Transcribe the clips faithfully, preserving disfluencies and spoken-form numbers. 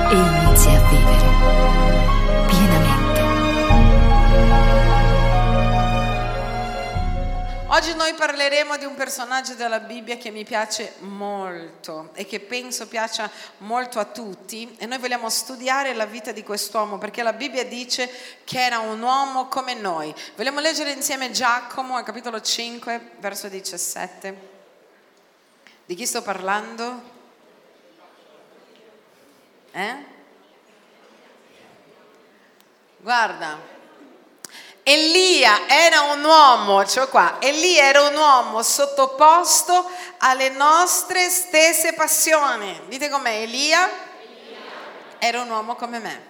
e inizi a vivere pienamente. Oggi noi parleremo di un personaggio della Bibbia che mi piace molto e che penso piaccia molto a tutti, e noi vogliamo studiare la vita di quest'uomo perché la Bibbia dice che era un uomo come noi. Vogliamo leggere insieme Giacomo al capitolo cinque, verso diciassette. Di chi sto parlando? Eh? Guarda, Elia era un uomo, cioè qua, Elia era un uomo sottoposto alle nostre stesse passioni. Dite com'è, Elia? Elia era un uomo come me.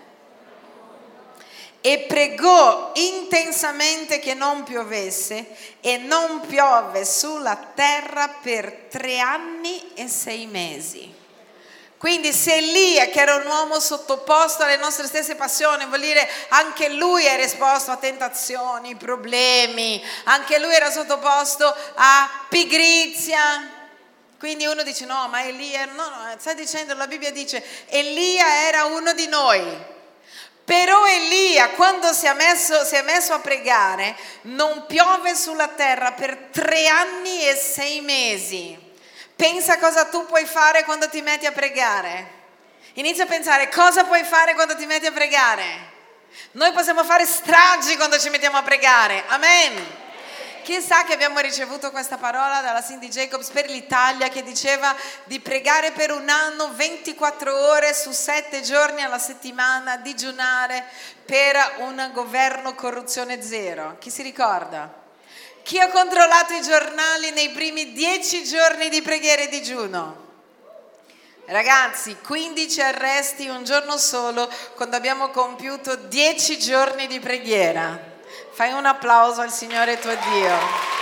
E pregò intensamente che non piovesse, e non piove sulla terra per tre anni e sei mesi. Quindi se Elia, che era un uomo sottoposto alle nostre stesse passioni, vuol dire anche lui era esposto a tentazioni, problemi, anche lui era sottoposto a pigrizia. Quindi uno dice no, ma Elia, no, no, stai dicendo, la Bibbia dice Elia era uno di noi. Però Elia, quando si è, messo, si è messo a pregare, non piove sulla terra per tre anni e sei mesi. Pensa cosa tu puoi fare quando ti metti a pregare. Inizia a pensare cosa puoi fare quando ti metti a pregare. Noi possiamo fare stragi quando ci mettiamo a pregare. Amen. Chissà che abbiamo ricevuto questa parola dalla Cindy Jacobs per l'Italia, che diceva di pregare per un anno ventiquattro ore su sette giorni alla settimana, digiunare per un governo corruzione zero. Chi si ricorda? Chi ha controllato i giornali nei primi dieci giorni di preghiera e digiuno? Ragazzi, quindici arresti un giorno solo quando abbiamo compiuto dieci giorni di preghiera. Fai un applauso al Signore tuo Dio.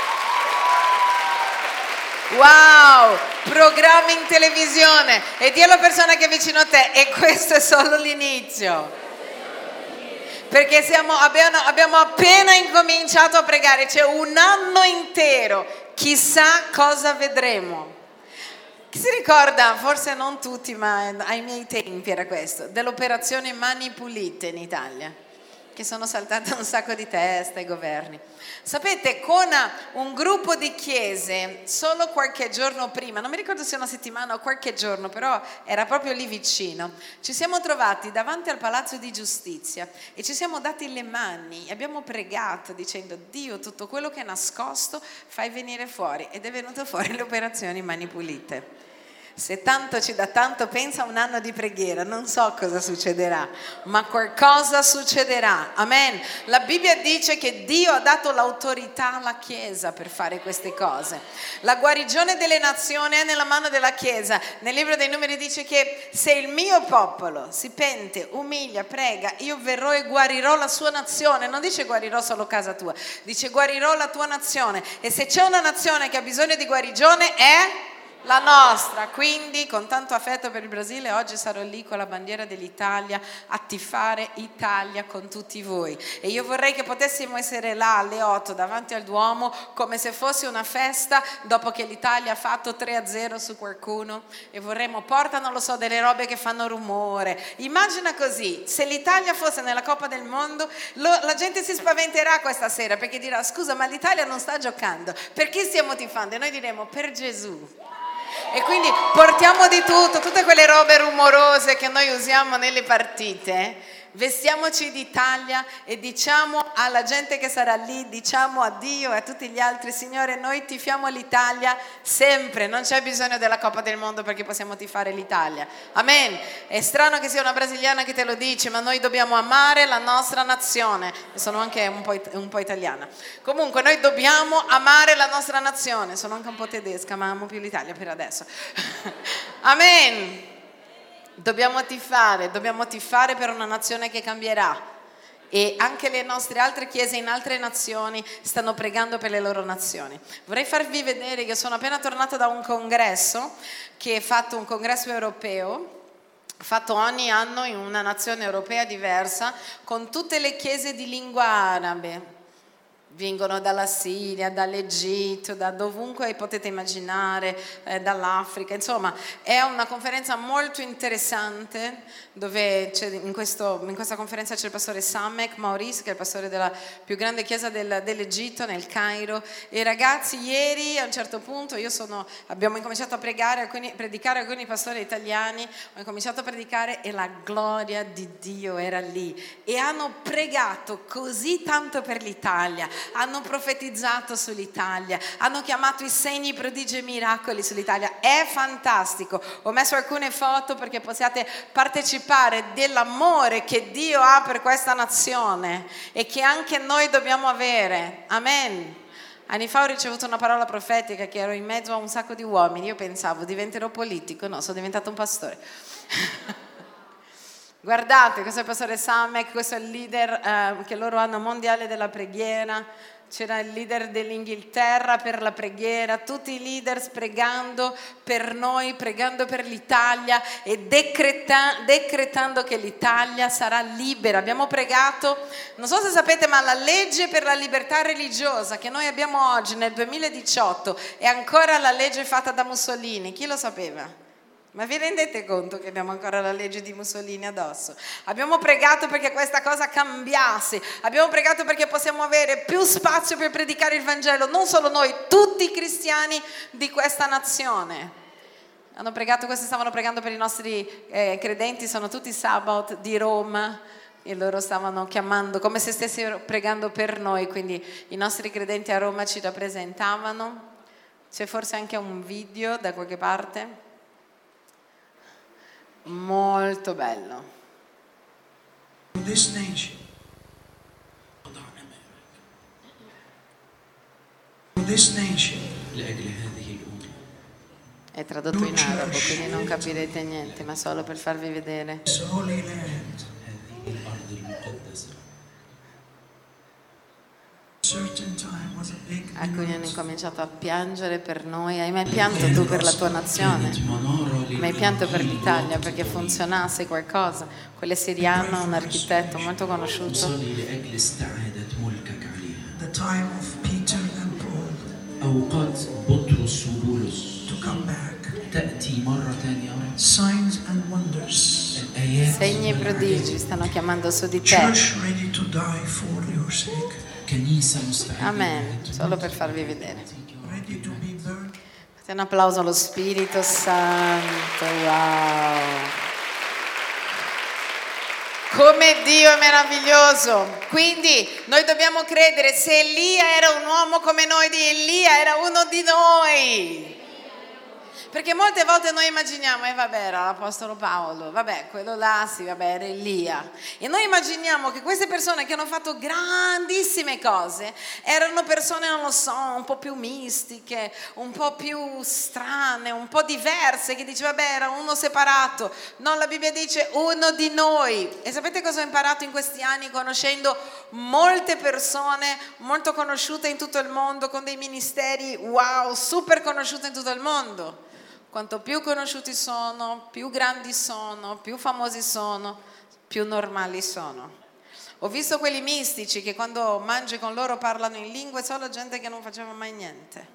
Wow, programmi in televisione, e di alla persona che è vicino a te, e questo è solo l'inizio. Perché siamo, abbiamo, abbiamo appena incominciato a pregare, c'è un anno intero, chissà cosa vedremo. Chi si ricorda, forse non tutti, ma ai miei tempi era questo, dell'operazione Mani Pulite in Italia, che sono saltate un sacco di teste ai governi. Sapete, con un gruppo di chiese, solo qualche giorno prima, non mi ricordo se una settimana o qualche giorno, però era proprio lì vicino, ci siamo trovati davanti al Palazzo di Giustizia e ci siamo dati le mani e abbiamo pregato dicendo: Dio, tutto quello che è nascosto fai venire fuori, ed è venuto fuori le operazioni Mani Pulite. Se tanto ci dà tanto, pensa a un anno di preghiera, non so cosa succederà, ma qualcosa succederà. Amen. La Bibbia dice che Dio ha dato l'autorità alla Chiesa per fare queste cose. La guarigione delle nazioni è nella mano della Chiesa. Nel libro dei Numeri dice che se il mio popolo si pente, umilia, prega, io verrò e guarirò la sua nazione. Non dice guarirò solo casa tua, dice guarirò la tua nazione. E se c'è una nazione che ha bisogno di guarigione è la nostra. Quindi con tanto affetto per il Brasile oggi sarò lì con la bandiera dell'Italia a tifare Italia con tutti voi, e io vorrei che potessimo essere là alle otto davanti al Duomo come se fosse una festa dopo che l'Italia ha fatto tre a zero su qualcuno, e vorremmo, porta non lo so delle robe che fanno rumore. Immagina così, se l'Italia fosse nella Coppa del Mondo, lo, la gente si spaventerà questa sera perché dirà: scusa, ma l'Italia non sta giocando, per chi stiamo tifando? E noi diremo: per Gesù. E quindi portiamo di tutto, tutte quelle robe rumorose che noi usiamo nelle partite. Vestiamoci d'Italia e diciamo alla gente che sarà lì, diciamo a Dio e a tutti gli altri: Signore, noi tifiamo l'Italia sempre, non c'è bisogno della Coppa del Mondo perché possiamo tifare l'Italia. Amen. È strano che sia una brasiliana che te lo dice, ma noi dobbiamo amare la nostra nazione. Sono anche un po', un po' italiana. Comunque noi dobbiamo amare la nostra nazione. Sono anche un po' tedesca, ma amo più l'Italia per adesso. Amen. Dobbiamo tifare, dobbiamo tifare per una nazione che cambierà, e anche le nostre altre chiese in altre nazioni stanno pregando per le loro nazioni. Vorrei farvi vedere che sono appena tornata da un congresso che è fatto, un congresso europeo, fatto ogni anno in una nazione europea diversa, con tutte le chiese di lingua arabe. vengono dalla Siria, dall'Egitto, da dovunque potete immaginare, eh, dall'Africa. Insomma, è una conferenza molto interessante dove c'è in, questo, in questa conferenza c'è il pastore Samek Maurice, che è il pastore della più grande chiesa del, dell'Egitto, nel Cairo. E ragazzi, ieri a un certo punto io sono, abbiamo incominciato a pregare, alcuni, predicare alcuni pastori italiani, ho incominciato a predicare e la gloria di Dio era lì. E hanno pregato così tanto per l'Italia, hanno profetizzato sull'Italia, hanno chiamato i segni, prodigi e miracoli sull'Italia. È fantastico. Ho messo alcune foto perché possiate partecipare dell'amore che Dio ha per questa nazione e che anche noi dobbiamo avere. Amen. Anni fa ho ricevuto una parola profetica che ero in mezzo a un sacco di uomini. Io pensavo diventerò politico, no, sono diventato un pastore. Guardate, questo è il pastore Samek, questo è il leader eh, che loro hanno mondiale della preghiera. C'era il leader dell'Inghilterra per la preghiera, tutti i leaders pregando per noi, pregando per l'Italia e decreta- decretando che l'Italia sarà libera. Abbiamo pregato, non so se sapete, ma la legge per la libertà religiosa che noi abbiamo oggi nel duemiladiciotto è ancora la legge fatta da Mussolini. Chi lo sapeva? Ma vi rendete conto che abbiamo ancora la legge di Mussolini addosso? Abbiamo pregato perché questa cosa cambiasse, abbiamo pregato perché possiamo avere più spazio per predicare il Vangelo, non solo noi, tutti i cristiani di questa nazione. Hanno pregato, questi stavano pregando per i nostri eh, credenti, sono tutti Sabbath di Roma e loro stavano chiamando come se stessero pregando per noi, quindi i nostri credenti a Roma ci rappresentavano. C'è forse anche un video da qualche parte? Molto bello. This nation. This nation. È tradotto in arabo, quindi non capirete niente, ma solo per farvi vedere. This holy land. Certain time was a big Alcuni hanno incominciato a piangere per noi. Hai mai pianto tu per la tua nazione? Hai mai pianto per l'Italia perché funzionasse qualcosa? Quelle siriano, un architetto molto conosciuto. the time of Peter and Paul أوقات بطرس وبولس to come back. تأتي مرة ثانية. Signs and wonders. الآيات Segni e prodigi stanno chiamando su di te. Church ready to die for your sake. كنيسة مستعدة. Amen, solo per farvi vedere. Ready to be burned. Fate un applauso allo Spirito Santo, wow. Come Dio è meraviglioso. Quindi noi dobbiamo credere, se Elia era un uomo come noi, di Elia era uno di noi. Perché molte volte noi immaginiamo, e eh, vabbè, era l'Apostolo Paolo, vabbè, quello là, sì, vabbè, era Elia. E noi immaginiamo che queste persone che hanno fatto grandissime cose erano persone, non lo so, un po' più mistiche, un po' più strane, un po' diverse, che dice, vabbè, era uno separato. No, la Bibbia dice uno di noi. E sapete cosa ho imparato in questi anni conoscendo molte persone molto conosciute in tutto il mondo, con dei ministeri, wow, super conosciute in tutto il mondo? Quanto più conosciuti sono, più grandi sono, più famosi sono, più normali sono. Ho visto quelli mistici che quando mangi con loro parlano in lingue, solo gente che non faceva mai niente.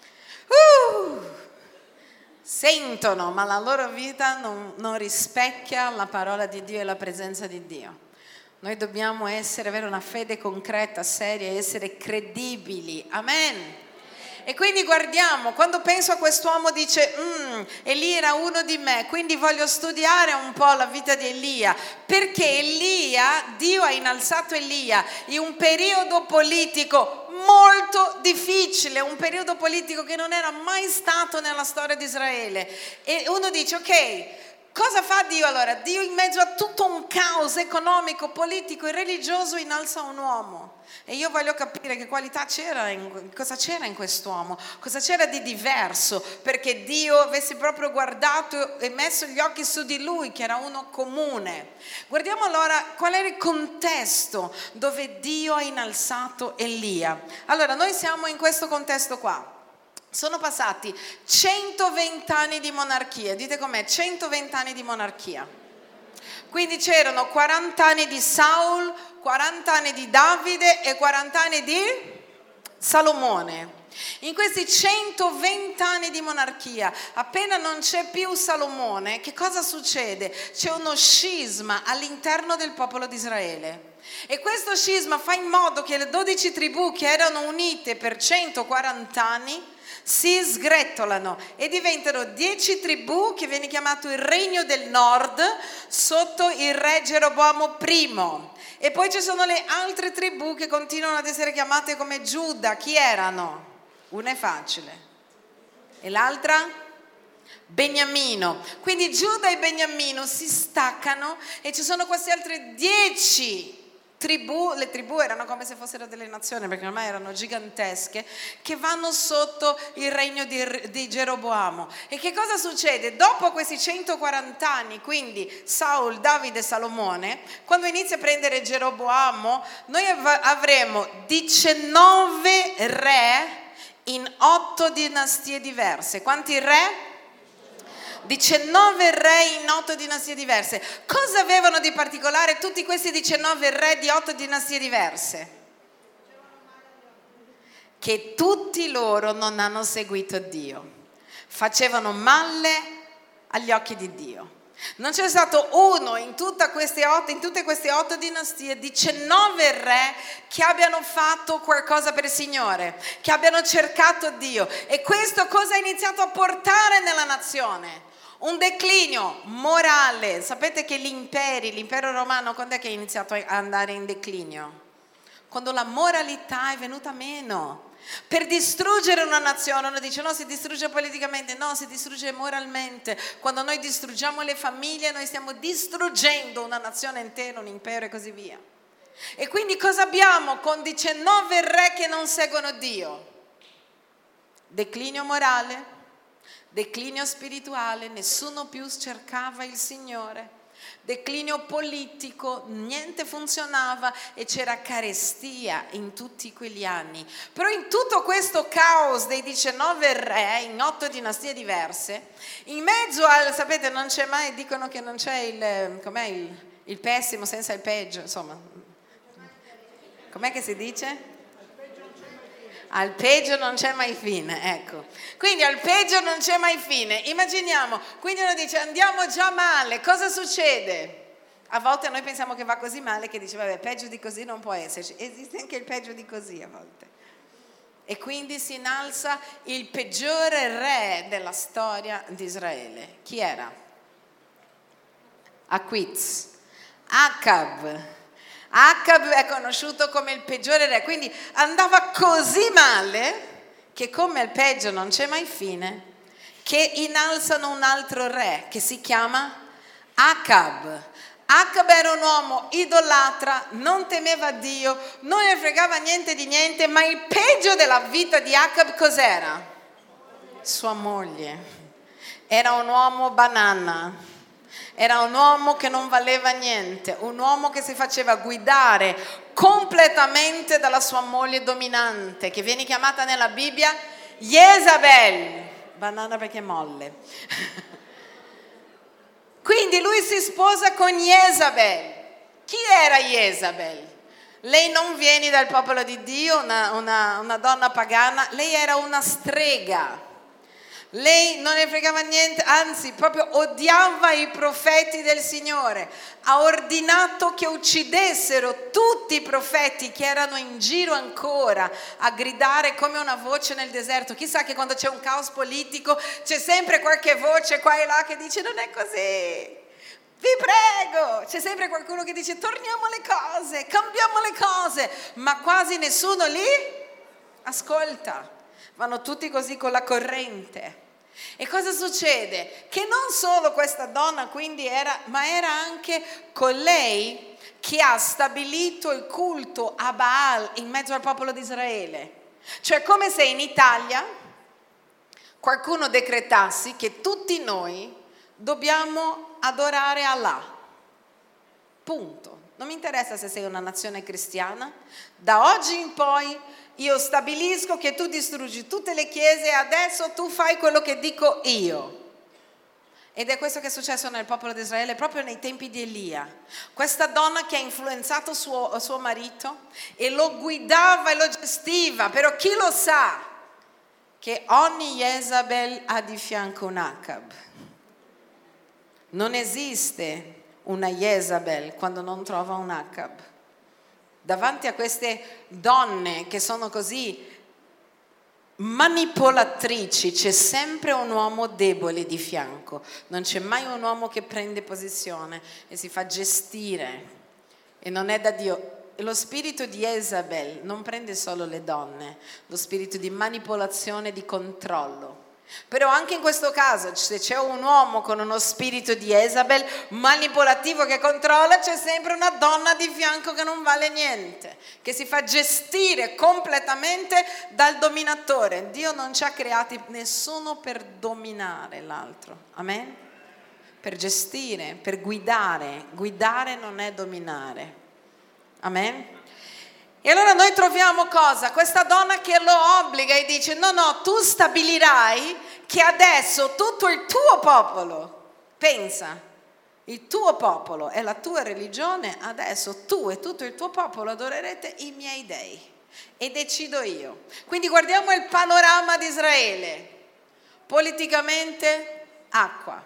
Uh, sentono, ma la loro vita non, non rispecchia la parola di Dio e la presenza di Dio. Noi dobbiamo essere, avere una fede concreta, seria, essere credibili. Amen. E quindi guardiamo, quando penso a quest'uomo dice, mm, Elia era uno di me, quindi voglio studiare un po' la vita di Elia, perché Elia, Dio ha innalzato Elia in un periodo politico molto difficile, un periodo politico che non era mai stato nella storia di Israele. E uno dice, ok, cosa fa Dio allora? Dio in mezzo a tutto un caos economico, politico e religioso innalza un uomo. E io voglio capire che qualità c'era, in, cosa c'era in quest'uomo, cosa c'era di diverso, perché Dio avesse proprio guardato e messo gli occhi su di lui, che era uno comune. Guardiamo allora qual era il contesto dove Dio ha innalzato Elia. Allora, noi siamo in questo contesto qua. Sono passati centoventi anni di monarchia, dite com'è, centoventi anni di monarchia. Quindi c'erano quaranta anni di Saul, quaranta anni di Davide e quaranta anni di Salomone. In questi centoventi anni di monarchia, appena non c'è più Salomone, che cosa succede? C'è uno scisma all'interno del popolo di Israele. E questo scisma fa in modo che le dodici tribù che erano unite per centoquaranta anni si sgretolano e diventano dieci tribù che viene chiamato il Regno del Nord sotto il re Geroboamo I. E poi ci sono le altre tribù che continuano ad essere chiamate come Giuda. Chi erano? Una è facile. E l'altra? Beniamino. Quindi Giuda e Beniamino si staccano e ci sono queste altre dieci tribù, le tribù erano come se fossero delle nazioni perché ormai erano gigantesche, che vanno sotto il regno di, di Geroboamo. E che cosa succede? Dopo questi centoquaranta anni, quindi Saul, Davide e Salomone, quando inizia a prendere Geroboamo, noi av- avremo diciannove re in otto dinastie diverse. Quanti re? diciannove re in otto dinastie diverse. Cosa avevano di particolare tutti questi diciannove re di otto dinastie diverse? Che tutti loro non hanno seguito Dio. Facevano male agli occhi di Dio. Non c'è stato uno in, tutta queste otto, in tutte queste otto dinastie, diciannove re che abbiano fatto qualcosa per il Signore, che abbiano cercato Dio. E questo cosa ha iniziato a portare nella nazione? Un declinio morale. Sapete che gli imperi, l'impero romano, quando è che è iniziato a andare in declinio? Quando la moralità è venuta meno. Per distruggere una nazione, uno dice no, si distrugge politicamente, no, si distrugge moralmente. Quando noi distruggiamo le famiglie, noi stiamo distruggendo una nazione intera, un impero e così via. E quindi cosa abbiamo con diciannove re che non seguono Dio? Declinio morale, declinio spirituale, nessuno più cercava il Signore. Declinio politico, niente funzionava e c'era carestia in tutti quegli anni. Però in tutto questo caos dei diciannove re in otto dinastie diverse, in mezzo al, sapete, non c'è mai, dicono che non c'è il, com'è il, il pessimo senza il peggio, insomma, com'è che si dice? Al peggio non c'è mai fine, ecco. Quindi al peggio non c'è mai fine. Immaginiamo, quindi uno dice andiamo già male, cosa succede? A volte noi pensiamo che va così male che dice vabbè, peggio di così non può esserci. Esiste anche il peggio di così a volte. E quindi si innalza il peggiore re della storia di Israele. Chi era? Aquiz, Acab. Acab è conosciuto come il peggiore re, quindi andava così male che come al peggio non c'è mai fine, che innalzano un altro re che si chiama Acab. Acab era un uomo idolatra, non temeva Dio, non ne fregava niente di niente, ma il peggio della vita di Acab cos'era? Sua moglie. Era un uomo banana. Era un uomo che non valeva niente, un uomo che si faceva guidare completamente dalla sua moglie dominante, che viene chiamata nella Bibbia Jezabel, banana perché è molle. Quindi lui si sposa con Jezabel. Chi era Jezabel? Lei non viene dal popolo di Dio, una, una, una donna pagana, lei era una strega. Lei non ne fregava niente, anzi proprio odiava i profeti del Signore. Ha ordinato che uccidessero tutti i profeti che erano in giro ancora a gridare come una voce nel deserto. Chissà che quando c'è un caos politico c'è sempre qualche voce qua e là che dice non è così. Vi prego, c'è sempre qualcuno che dice torniamo alle cose, cambiamo le cose, ma quasi nessuno lì ascolta. Vanno tutti così con la corrente. E cosa succede? Che non solo questa donna quindi era, ma era anche colei che ha stabilito il culto a Baal in mezzo al popolo di Israele. Cioè come se in Italia qualcuno decretasse che tutti noi dobbiamo adorare Allah. Punto. Non mi interessa se sei una nazione cristiana. Da oggi in poi io stabilisco che tu distruggi tutte le chiese e adesso tu fai quello che dico io. Ed è questo che è successo nel popolo di Israele proprio nei tempi di Elia. Questa donna che ha influenzato suo, suo marito e lo guidava e lo gestiva, però chi lo sa che ogni Jezabel ha di fianco un Acab. Non esiste una Jezabel quando non trova un Acab. Davanti a queste donne che sono così manipolatrici c'è sempre un uomo debole di fianco, non c'è mai un uomo che prende posizione e si fa gestire, e non è da Dio. E lo spirito di Jezabel non prende solo le donne, lo spirito di manipolazione, di controllo. Però anche in questo caso, se c'è un uomo con uno spirito di Jezabel manipolativo che controlla, c'è sempre una donna di fianco che non vale niente, che si fa gestire completamente dal dominatore. Dio non ci ha creati nessuno per dominare l'altro, amen? Per gestire, per guidare. Guidare non è dominare, amen? E allora noi troviamo cosa? Questa donna che lo obbliga e dice: no, no, tu stabilirai che adesso tutto il tuo popolo, pensa, il tuo popolo e la tua religione, adesso tu e tutto il tuo popolo adorerete i miei dei e decido io. Quindi guardiamo il panorama di Israele. Politicamente acqua,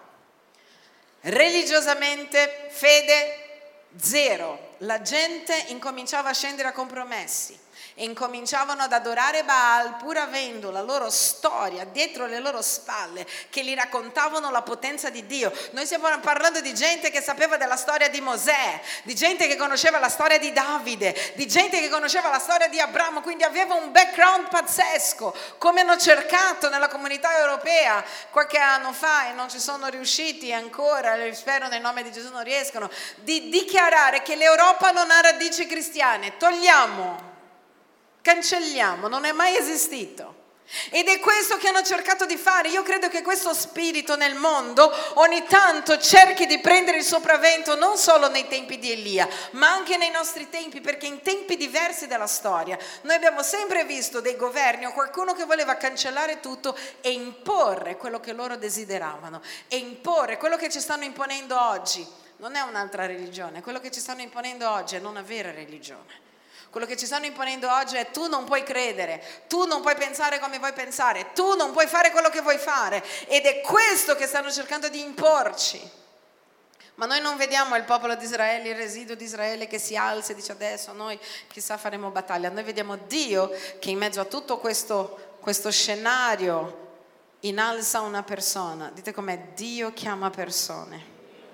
religiosamente fede zero. La gente incominciava a scendere a compromessi e incominciavano ad adorare Baal pur avendo la loro storia dietro le loro spalle che gli raccontavano la potenza di Dio. Noi stiamo parlando di gente che sapeva della storia di Mosè, di gente che conosceva la storia di Davide, di gente che conosceva la storia di Abramo, quindi aveva un background pazzesco, come hanno cercato nella comunità europea qualche anno fa e non ci sono riusciti ancora, spero nel nome di Gesù non riescono, di dichiarare che l'Europa non ha radici cristiane. Togliamo, cancelliamo, non è mai esistito. Ed è questo che hanno cercato di fare. Io credo che questo spirito nel mondo ogni tanto cerchi di prendere il sopravvento, non solo nei tempi di Elia, ma anche nei nostri tempi, perché in tempi diversi della storia noi abbiamo sempre visto dei governi o qualcuno che voleva cancellare tutto e imporre quello che loro desideravano, e imporre quello che ci stanno imponendo oggi. Non è un'altra religione, quello che ci stanno imponendo oggi è non avere religione. Quello che ci stanno imponendo oggi è: tu non puoi credere, tu non puoi pensare come vuoi pensare, tu non puoi fare quello che vuoi fare. Ed è questo che stanno cercando di imporci. Ma noi non vediamo il popolo di Israele, il residuo di Israele che si alza e dice: adesso noi chissà faremo battaglia. Noi vediamo Dio che in mezzo a tutto questo, questo scenario innalza una persona. Dite com'è: Dio chiama persone.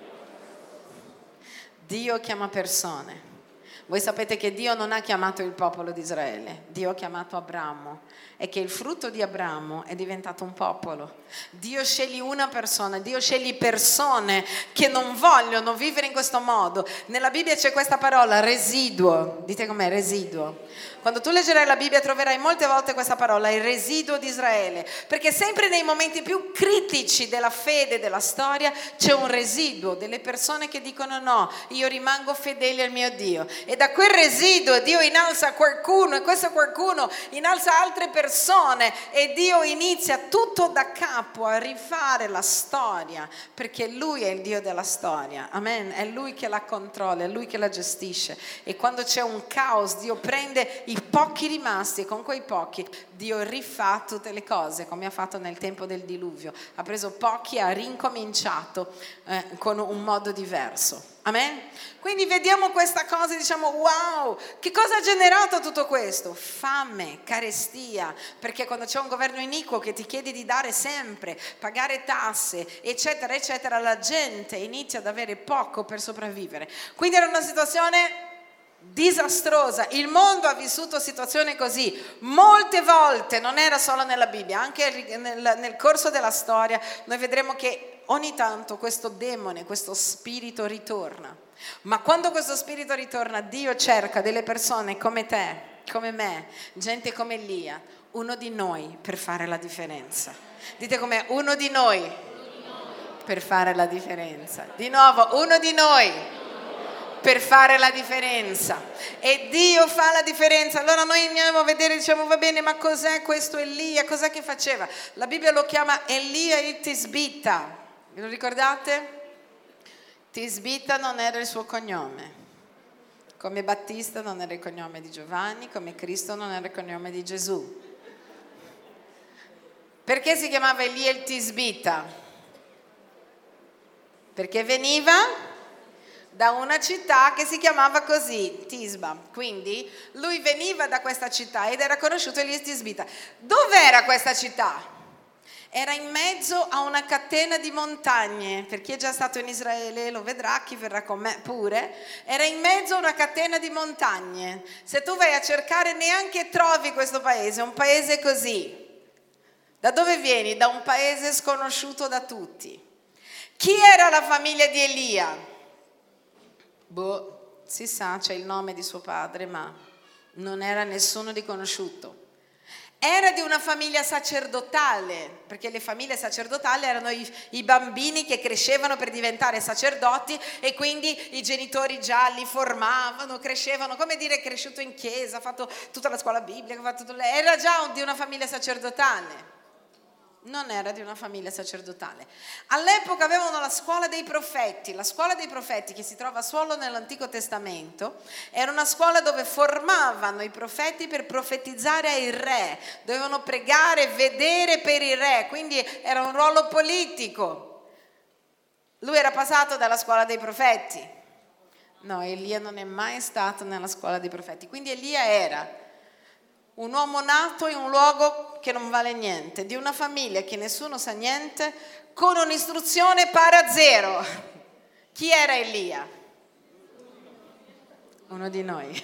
Dio chiama persone. Voi sapete che Dio non ha chiamato il popolo di Israele, Dio ha chiamato Abramo, e che il frutto di Abramo è diventato un popolo. Dio sceglie una persona, Dio sceglie persone che non vogliono vivere in questo modo. Nella Bibbia c'è questa parola, residuo. Dite com'è, residuo. Quando tu leggerai la Bibbia troverai molte volte questa parola, il residuo di Israele, perché sempre nei momenti più critici della fede, della storia, c'è un residuo, delle persone che dicono: no, io rimango fedele al mio Dio. E da quel residuo Dio innalza qualcuno, e questo qualcuno innalza altre persone, e Dio inizia tutto da capo a rifare la storia, perché Lui è il Dio della storia, amen, è Lui che la controlla, è Lui che la gestisce. E quando c'è un caos Dio prende i pochi rimasti e con quei pochi Dio rifà tutte le cose, come ha fatto nel tempo del diluvio. Ha preso pochi e ha rincominciato eh, con un modo diverso, amen. Quindi vediamo questa cosa e diciamo: wow, che cosa ha generato tutto questo? Fame, carestia, perché quando c'è un governo iniquo che ti chiede di dare sempre, pagare tasse, eccetera eccetera, la gente inizia ad avere poco per sopravvivere. Quindi era una situazione disastrosa. Il mondo ha vissuto situazioni così molte volte, non era solo nella Bibbia, anche nel, nel corso della storia noi vedremo che ogni tanto questo demone, questo spirito ritorna. Ma quando questo spirito ritorna, Dio cerca delle persone come te, come me, gente come Elia, uno di noi per fare la differenza. Dite com'è: uno di noi per fare la differenza. Di nuovo, uno di noi per fare la differenza. E Dio fa la differenza. Allora noi andiamo a vedere e diciamo: va bene, ma cos'è questo Elia? Cos'è che faceva? La Bibbia lo chiama Elia il Tisbita. ve lo ricordate? Tisbita non era il suo cognome, come Battista non era il cognome di Giovanni, come Cristo non era il cognome di Gesù. Perché si chiamava Elia il Tisbita? Perché veniva da una città che si chiamava così, Tisba. Quindi lui veniva da questa città ed era conosciuto Elia il Tisbita. Dov'era questa città? Era in mezzo a una catena di montagne. Per chi è già stato in Israele lo vedrà, chi verrà con me pure. Era in mezzo a una catena di montagne. Se tu vai a cercare neanche trovi questo paese, un paese così. Da dove vieni? Da un paese sconosciuto da tutti. Chi era la famiglia di Elia? Boh, si sa, c'è il nome di suo padre, ma non era nessuno di conosciuto. Era di una famiglia sacerdotale, perché le famiglie sacerdotali erano i, i bambini che crescevano per diventare sacerdoti e quindi i genitori già li formavano, crescevano, come dire cresciuto in chiesa, ha fatto tutta la scuola biblica, ha fatto tutto, era già di una famiglia sacerdotale. Non era di una famiglia sacerdotale. All'epoca avevano la scuola dei profeti. La scuola dei profeti, che si trova solo nell'Antico Testamento, era una scuola dove formavano i profeti per profetizzare ai re. Dovevano pregare, vedere per i re, quindi era un ruolo politico. Lui era passato dalla scuola dei profeti. No, Elia non è mai stato nella scuola dei profeti. Quindi Elia era un uomo nato in un luogo che non vale niente, di una famiglia che nessuno sa niente, con un'istruzione para zero. Chi era Elia? Uno di noi.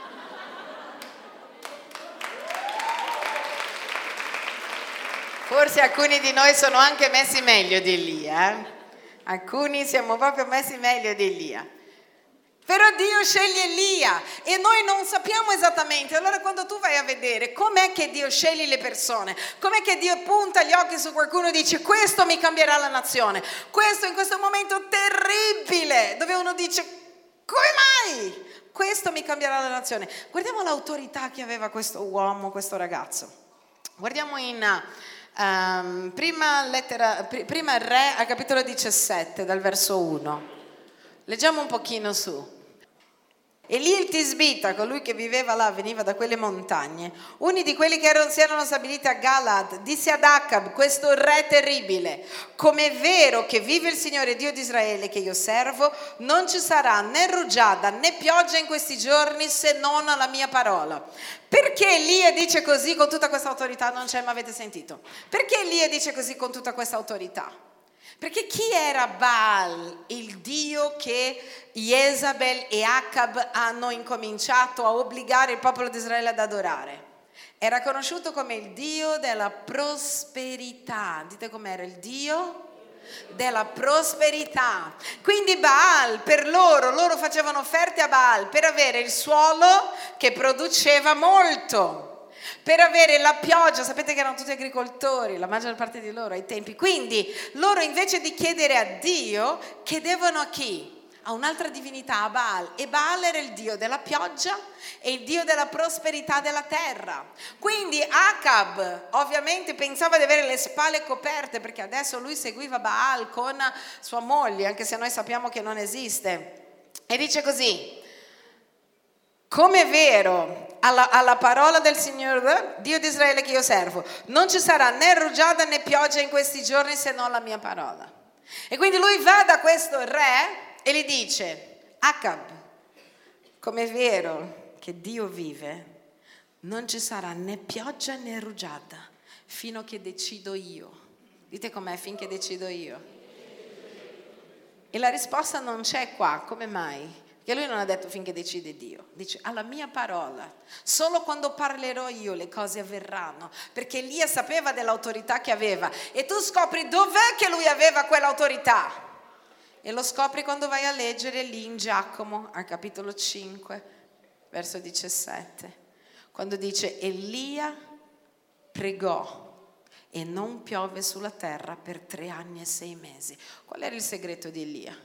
Forse alcuni di noi sono anche messi meglio di Elia, eh? Alcuni siamo proprio messi meglio di Elia. Però Dio sceglie Elia e noi non sappiamo esattamente. Allora quando tu vai a vedere com'è che Dio sceglie le persone, com'è che Dio punta gli occhi su qualcuno e dice questo mi cambierà la nazione, questo in questo momento terribile, dove uno dice come mai? Questo mi cambierà la nazione. Guardiamo l'autorità che aveva questo uomo, questo ragazzo. Guardiamo in um, prima, lettera, pr- prima Re al capitolo diciassette dal verso uno. Leggiamo un pochino su. Elia il Tisbita, colui che viveva là, veniva da quelle montagne, uno di quelli che erano, si erano stabiliti a Galad, disse ad Acab, questo re terribile, come è vero che vive il Signore Dio di Israele che io servo, non ci sarà né rugiada né pioggia in questi giorni se non alla mia parola. Perché Elia dice così con tutta questa autorità? Non c'è, ma avete sentito. Perché Elia dice così con tutta questa autorità? Perché chi era Baal, il dio che Jezabel e Acab hanno incominciato a obbligare il popolo di Israele ad adorare? Era conosciuto come il dio della prosperità. Dite com'era il dio? Della prosperità. Quindi Baal, per loro, loro facevano offerte a Baal per avere il suolo che produceva molto, per avere la pioggia. Sapete che erano tutti agricoltori, la maggior parte di loro ai tempi. Quindi loro invece di chiedere a Dio, chiedevano a chi? A un'altra divinità, a Baal. E Baal era il dio della pioggia e il dio della prosperità della terra. Quindi Acab ovviamente pensava di avere le spalle coperte, perché adesso lui seguiva Baal con sua moglie, anche se noi sappiamo che non esiste. E dice così: come è vero alla, alla parola del Signore Dio di Israele che io servo, non ci sarà né rugiada né pioggia in questi giorni se non la mia parola. E quindi lui va da questo re e gli dice: Acab, come è vero che Dio vive, non ci sarà né pioggia né rugiada fino a che decido io. Dite com'è, finché decido io. E la risposta non c'è qua. Come mai? Che lui non ha detto finché decide Dio, dice alla mia parola, solo quando parlerò io le cose avverranno, perché Elia sapeva dell'autorità che aveva. E tu scopri dov'è che lui aveva quell'autorità, e lo scopri quando vai a leggere lì in Giacomo al capitolo cinque verso diciassette, quando dice Elia pregò e non piove sulla terra per tre anni e sei mesi. Qual era il segreto di Elia?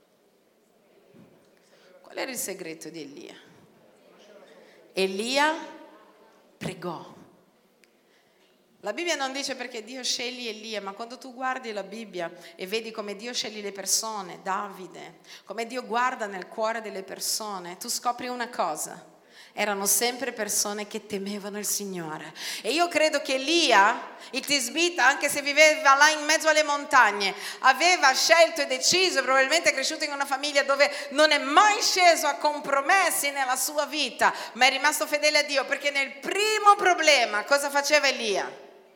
Qual era il segreto di Elia? Elia pregò. La Bibbia non dice perché Dio sceglie Elia, ma quando tu guardi la Bibbia e vedi come Dio sceglie le persone, Davide, come Dio guarda nel cuore delle persone, tu scopri una cosa: erano sempre persone che temevano il Signore. E io credo che Elia, il tisbita, anche se viveva là in mezzo alle montagne, aveva scelto e deciso, probabilmente è cresciuto in una famiglia dove non è mai sceso a compromessi nella sua vita, ma è rimasto fedele a Dio, perché nel primo problema cosa faceva Elia?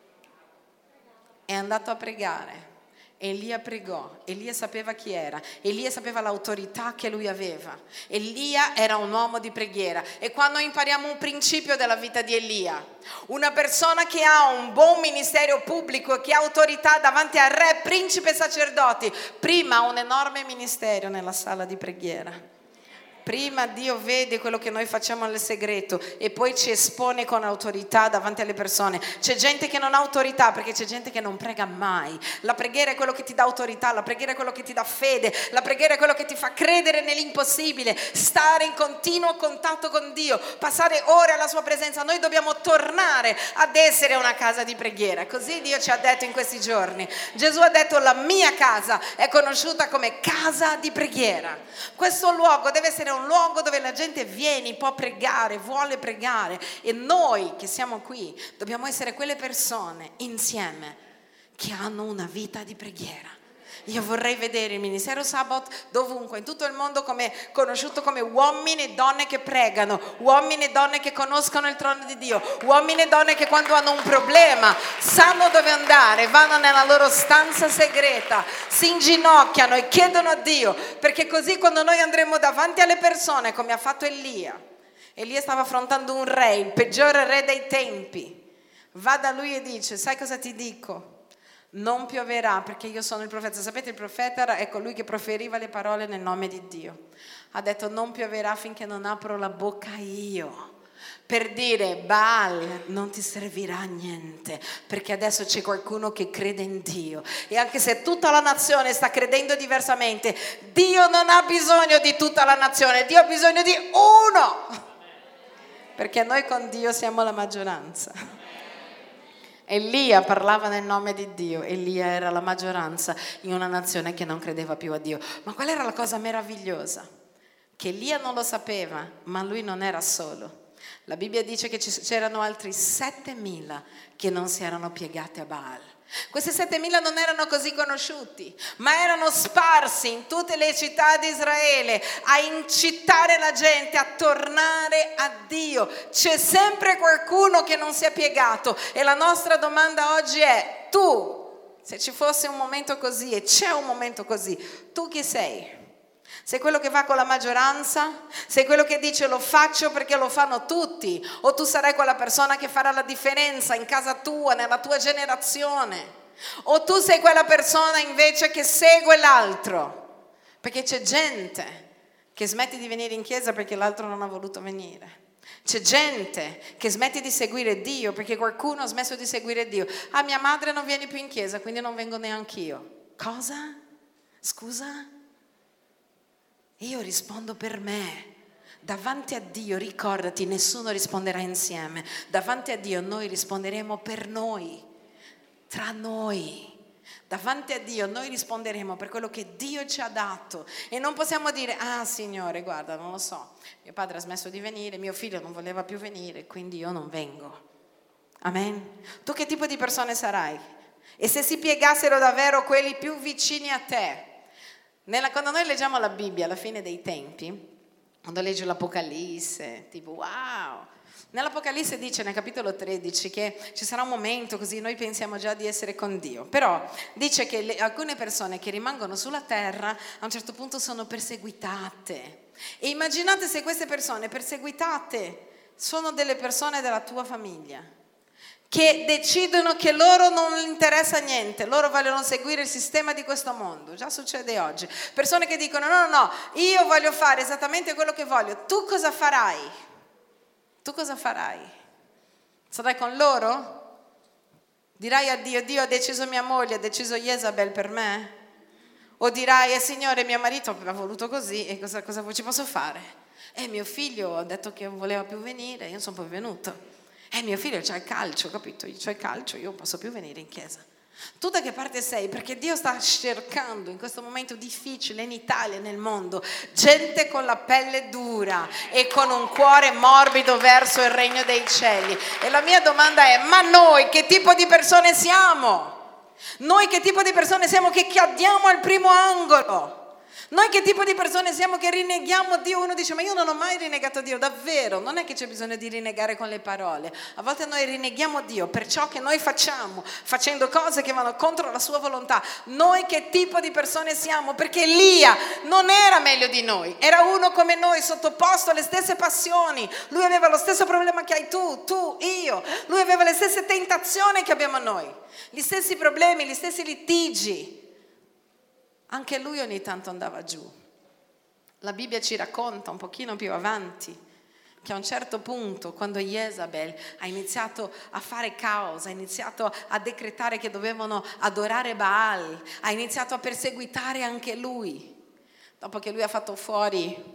È andato a pregare. Elia pregò, Elia sapeva chi era, Elia sapeva l'autorità che lui aveva. Elia era un uomo di preghiera. E quando impariamo un principio della vita di Elia, una persona che ha un buon ministero pubblico, che ha autorità davanti a re, principe e sacerdoti, prima ha un enorme ministero nella sala di preghiera. Prima Dio vede quello che noi facciamo nel segreto e poi ci espone con autorità davanti alle persone. C'è gente che non ha autorità perché c'è gente che non prega mai. La preghiera è quello che ti dà autorità, la preghiera è quello che ti dà fede, la preghiera è quello che ti fa credere nell'impossibile, stare in continuo contatto con Dio, passare ore alla sua presenza. Noi dobbiamo tornare ad essere una casa di preghiera. Così Dio ci ha detto in questi giorni. Gesù ha detto: la mia casa è conosciuta come casa di preghiera. Questo luogo deve essere un un luogo dove la gente viene, può pregare, vuole pregare, e noi che siamo qui dobbiamo essere quelle persone insieme che hanno una vita di preghiera. Io vorrei vedere il ministero Sabbath dovunque, in tutto il mondo, come conosciuto come uomini e donne che pregano, uomini e donne che conoscono il trono di Dio, uomini e donne che quando hanno un problema sanno dove andare, vanno nella loro stanza segreta, si inginocchiano e chiedono a Dio, perché così quando noi andremo davanti alle persone, come ha fatto Elia, Elia stava affrontando un re, il peggiore re dei tempi, va da lui e dice: sai cosa ti dico? Non pioverà perché io sono il profeta. Sapete, il profeta è colui che proferiva le parole nel nome di Dio. Ha detto: non pioverà finché non apro la bocca io, per dire: Baal non ti servirà a niente, perché adesso c'è qualcuno che crede in Dio. E anche se tutta la nazione sta credendo diversamente, Dio non ha bisogno di tutta la nazione, Dio ha bisogno di uno, perché noi con Dio siamo la maggioranza. Elia parlava nel nome di Dio, Elia era la maggioranza in una nazione che non credeva più a Dio. Ma qual era la cosa meravigliosa? Che Elia non lo sapeva, ma lui non era solo. La Bibbia dice che c'erano altri settemila che non si erano piegati a Baal. Questi settemila non erano così conosciuti, ma erano sparsi in tutte le città di Israele a incitare la gente a tornare a Dio. C'è sempre qualcuno che non si è piegato, e la nostra domanda oggi è: tu, se ci fosse un momento così, e c'è un momento così, tu chi sei? Sei quello che va con la maggioranza? Sei quello che dice: lo faccio perché lo fanno tutti? O tu sarai quella persona che farà la differenza in casa tua, nella tua generazione? O tu sei quella persona invece che segue l'altro? Perché c'è gente che smette di venire in chiesa perché l'altro non ha voluto venire. C'è gente che smette di seguire Dio perché qualcuno ha smesso di seguire Dio. Ah, mia madre non viene più in chiesa, quindi non vengo neanch'io. Cosa? Scusa? Io rispondo per me. Davanti a Dio, ricordati, nessuno risponderà insieme. Davanti a Dio noi risponderemo per noi, tra noi. Davanti a Dio noi risponderemo per quello che Dio ci ha dato, e non possiamo dire: ah Signore, guarda, non lo so, mio padre ha smesso di venire, mio figlio non voleva più venire, quindi io non vengo. Amen. Tu che tipo di persone sarai? E se si piegassero davvero quelli più vicini a te? Nella, quando noi leggiamo la Bibbia alla fine dei tempi, quando leggi l'Apocalisse, tipo wow, nell'Apocalisse dice nel capitolo tredici che ci sarà un momento così noi pensiamo già di essere con Dio, però dice che le, alcune persone che rimangono sulla terra a un certo punto sono perseguitate, e immaginate se queste persone perseguitate sono delle persone della tua famiglia, che decidono che loro non interessa niente, loro vogliono seguire il sistema di questo mondo. Già succede oggi, persone che dicono: no, no, no, io voglio fare esattamente quello che voglio. Tu cosa farai? Tu cosa farai? Sarai con loro? Dirai a Dio: Dio ha deciso mia moglie, ha deciso Jezabel per me? O dirai: eh Signore, mio marito ha voluto così, e cosa, cosa ci posso fare? Eh, mio figlio ha detto che non voleva più venire, io non sono più venuto. Eh, mio figlio c'ha il calcio, capito? Io c'ho il calcio, io non posso più venire in chiesa. Tu da che parte sei? Perché Dio sta cercando in questo momento difficile in Italia, nel mondo, gente con la pelle dura e con un cuore morbido verso il regno dei cieli. E la mia domanda è: ma noi che tipo di persone siamo? Noi che tipo di persone siamo che cadiamo al primo angolo? Noi che tipo di persone siamo che rinneghiamo Dio? Uno dice: ma io non ho mai rinnegato Dio. Davvero, non è che c'è bisogno di rinnegare con le parole. A volte noi rinneghiamo Dio per ciò che noi facciamo, facendo cose che vanno contro la sua volontà. Noi che tipo di persone siamo? Perché Elia non era meglio di noi, era uno come noi, sottoposto alle stesse passioni. Lui aveva lo stesso problema che hai tu, tu, io. Lui aveva le stesse tentazioni che abbiamo noi, gli stessi problemi, gli stessi litigi. Anche lui ogni tanto andava giù. La Bibbia ci racconta un pochino più avanti che a un certo punto, quando Jezabel ha iniziato a fare caos, ha iniziato a decretare che dovevano adorare Baal, ha iniziato a perseguitare anche lui. Dopo che lui ha fatto fuori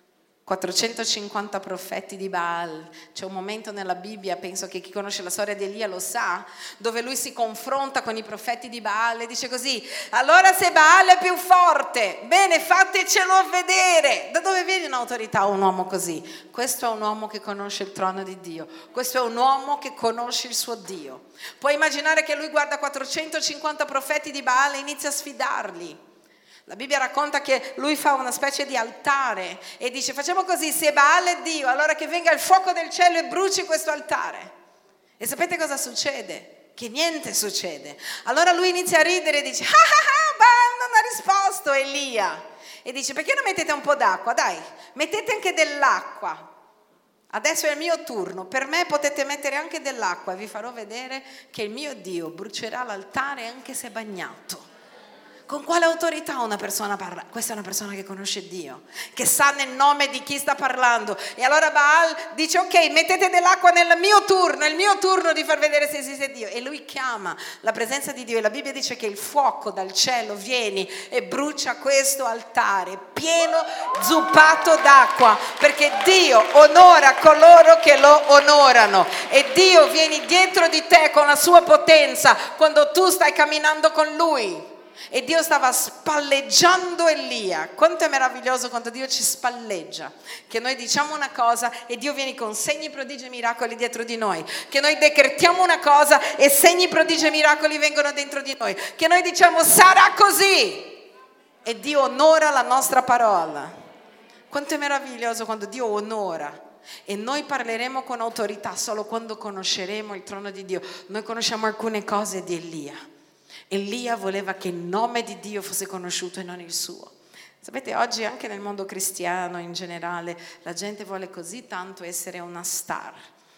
quattrocentocinquanta profeti di Baal, c'è un momento nella Bibbia, penso che chi conosce la storia di Elia lo sa, dove lui si confronta con i profeti di Baal e dice così: allora se Baal è più forte, bene, fatecelo vedere. Da dove viene un'autorità a un uomo così? Questo è un uomo che conosce il trono di Dio, questo è un uomo che conosce il suo Dio. Puoi immaginare che lui guarda quattrocentocinquanta profeti di Baal e inizia a sfidarli. La Bibbia racconta che lui fa una specie di altare e dice: facciamo così, se Baal è Dio, allora che venga il fuoco del cielo e bruci questo altare. E sapete cosa succede? Che niente succede. Allora lui inizia a ridere e dice: ah ah ah, Baal non ha risposto, Elia. E dice: perché non mettete un po' d'acqua? Dai, mettete anche dell'acqua. Adesso è il mio turno, per me potete mettere anche dell'acqua e vi farò vedere che il mio Dio brucerà l'altare anche se bagnato. Con quale autorità una persona parla? Questa è una persona che conosce Dio, che sa nel nome di chi sta parlando. E allora Baal dice: ok, mettete dell'acqua nel mio turno, è il mio turno di far vedere se esiste Dio. E lui chiama la presenza di Dio e la Bibbia dice che il fuoco dal cielo viene e brucia questo altare pieno zuppato d'acqua, perché Dio onora coloro che lo onorano. E Dio viene dietro di te con la sua potenza quando tu stai camminando con lui. E Dio stava spalleggiando Elia. Quanto è meraviglioso quando Dio ci spalleggia, che noi diciamo una cosa e Dio viene con segni, prodigi e miracoli dietro di noi, che noi decretiamo una cosa e segni, prodigi e miracoli vengono dentro di noi, che noi diciamo sarà così e Dio onora la nostra parola. Quanto è meraviglioso quando Dio onora. E noi parleremo con autorità solo quando conosceremo il trono di Dio. Noi conosciamo alcune cose di Elia. Elia voleva che il nome di Dio fosse conosciuto e non il suo. Sapete, oggi anche nel mondo cristiano in generale la gente vuole così tanto essere una star.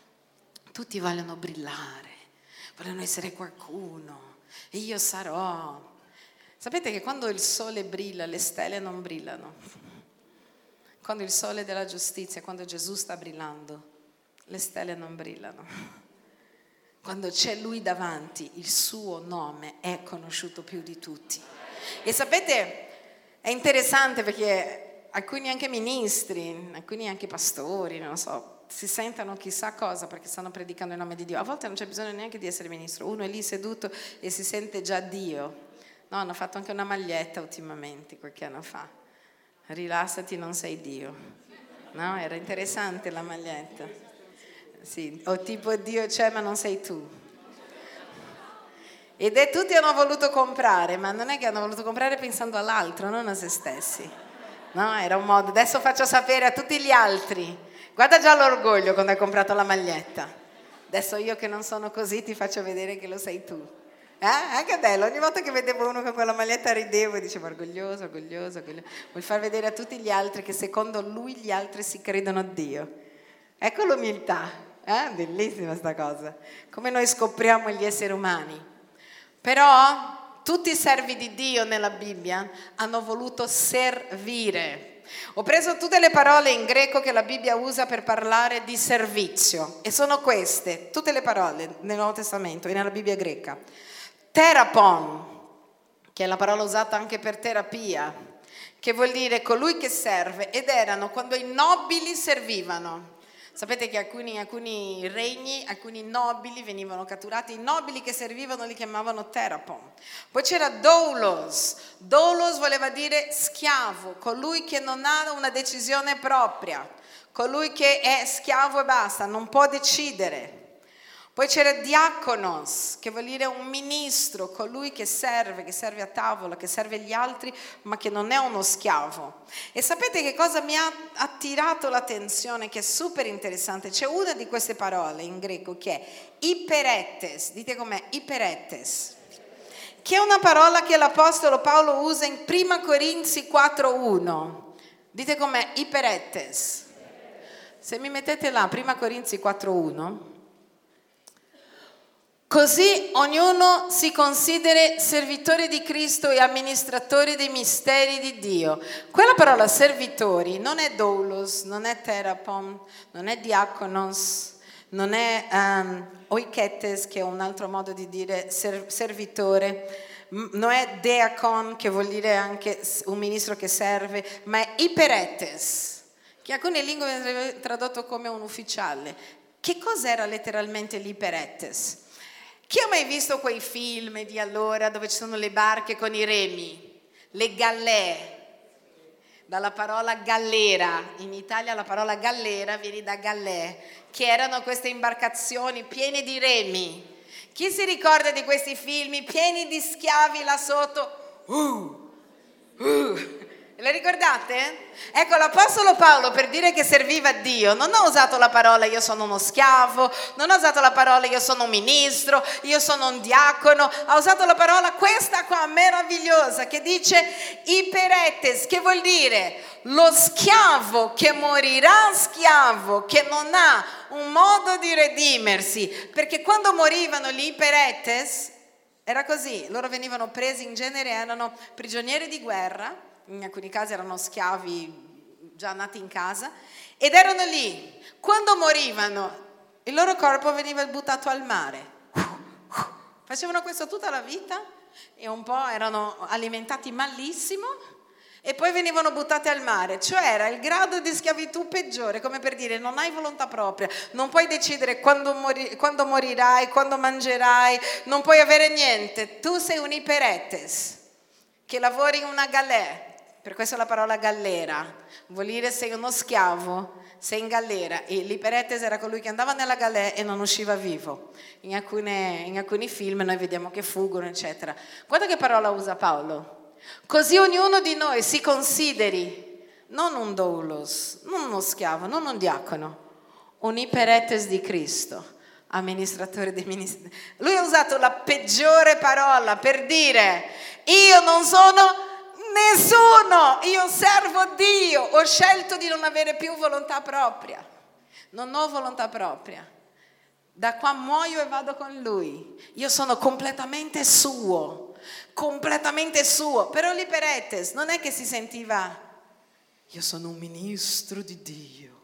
Tutti vogliono brillare, vogliono essere qualcuno. E io sarò. Sapete che quando il sole brilla, le stelle non brillano. Quando il sole della giustizia, quando Gesù sta brillando, le stelle non brillano. Quando c'è lui davanti, il suo nome è conosciuto più di tutti. E sapete, è interessante perché alcuni anche ministri, alcuni anche pastori, non so, si sentono chissà cosa perché stanno predicando il nome di Dio. A volte non c'è bisogno neanche di essere ministro, uno è lì seduto e si sente già Dio. No, hanno fatto anche una maglietta ultimamente, qualche anno fa. Rilassati, non sei Dio. No, era interessante la maglietta. Sì, o tipo Dio c'è ma non sei tu. Ed è tutti hanno voluto comprare, ma non è che hanno voluto comprare pensando all'altro, non a se stessi. No, era un modo. Adesso faccio sapere a tutti gli altri. Guarda già l'orgoglio quando hai comprato la maglietta. Adesso io che non sono così ti faccio vedere che lo sei tu. Eh? Anche bello, ogni volta che vedevo uno con quella maglietta ridevo e dicevo orgoglioso, orgoglioso, orgoglioso. Vuoi far vedere a tutti gli altri che secondo lui gli altri si credono a Dio. Ecco l'umiltà. Eh? Bellissima sta cosa, come noi scopriamo gli esseri umani. Però tutti i servi di Dio nella Bibbia hanno voluto servire. Ho preso tutte le parole in greco che la Bibbia usa per parlare di servizio e sono queste, tutte le parole nel Nuovo Testamento e nella Bibbia greca. Therapon, che è la parola usata anche per terapia, che vuol dire colui che serve, ed erano quando i nobili servivano. Sapete che alcuni, alcuni regni, alcuni nobili venivano catturati, i nobili che servivano li chiamavano terapon. Poi c'era doulos, doulos voleva dire schiavo, colui che non ha una decisione propria, colui che è schiavo e basta, non può decidere. Poi c'era diaconos, che vuol dire un ministro, colui che serve, che serve a tavola, che serve gli altri, ma che non è uno schiavo. E sapete che cosa mi ha attirato l'attenzione, che è super interessante? C'è una di queste parole in greco che è iperetes, dite com'è, iperetes, che è una parola che l'Apostolo Paolo usa in prima Corinzi quattro uno. Dite com'è, iperetes. Se mi mettete là, prima Corinzi quattro uno. Così ognuno si consideri servitore di Cristo e amministratore dei misteri di Dio. Quella parola servitori non è doulos, non è terapon, non è diaconos, non è um, oiketes, che è un altro modo di dire ser- servitore, non è deacon, che vuol dire anche un ministro che serve, ma è iperetes, che alcune lingue viene tradotto come un ufficiale. Che cos'era letteralmente l'iperetes? Chi ha mai visto quei film di allora dove ci sono le barche con i remi? Le gallee, dalla parola gallera, in Italia la parola gallera viene da gallee, che erano queste imbarcazioni piene di remi. Chi si ricorda di questi film pieni di schiavi là sotto? Uh, uh. Le ricordate? Ecco, l'Apostolo Paolo, per dire che serviva a Dio, non ha usato la parola io sono uno schiavo, non ha usato la parola io sono un ministro, io sono un diacono, ha usato la parola questa qua meravigliosa che dice iperetes, che vuol dire lo schiavo che morirà schiavo, che non ha un modo di redimersi, perché quando morivano gli iperetes era così, loro venivano presi, in genere erano prigionieri di guerra, in alcuni casi erano schiavi già nati in casa, ed erano lì. Quando morivano, il loro corpo veniva buttato al mare. Facevano questo tutta la vita e un po' erano alimentati malissimo e poi venivano buttati al mare. Cioè era il grado di schiavitù peggiore, come per dire non hai volontà propria, non puoi decidere quando, mori- quando morirai, quando mangerai, non puoi avere niente. Tu sei un iperetes che lavori in una galea. Per questo la parola gallera vuol dire sei uno schiavo, sei in galera, e l'iperetes era colui che andava nella galea e non usciva vivo. In, alcune, in alcuni film noi vediamo che fuggono, eccetera. Guarda che parola usa Paolo. Così ognuno di noi si consideri non un doulos, non uno schiavo, non un diacono, un iperetes di Cristo, amministratore dei ministeri. Lui ha usato la peggiore parola per dire io non sono nessuno, io servo Dio, ho scelto di non avere più volontà propria, non ho volontà propria, da qua muoio e vado con Lui, io sono completamente suo, completamente suo. Però l'iperetes non è che si sentiva io sono un ministro di Dio,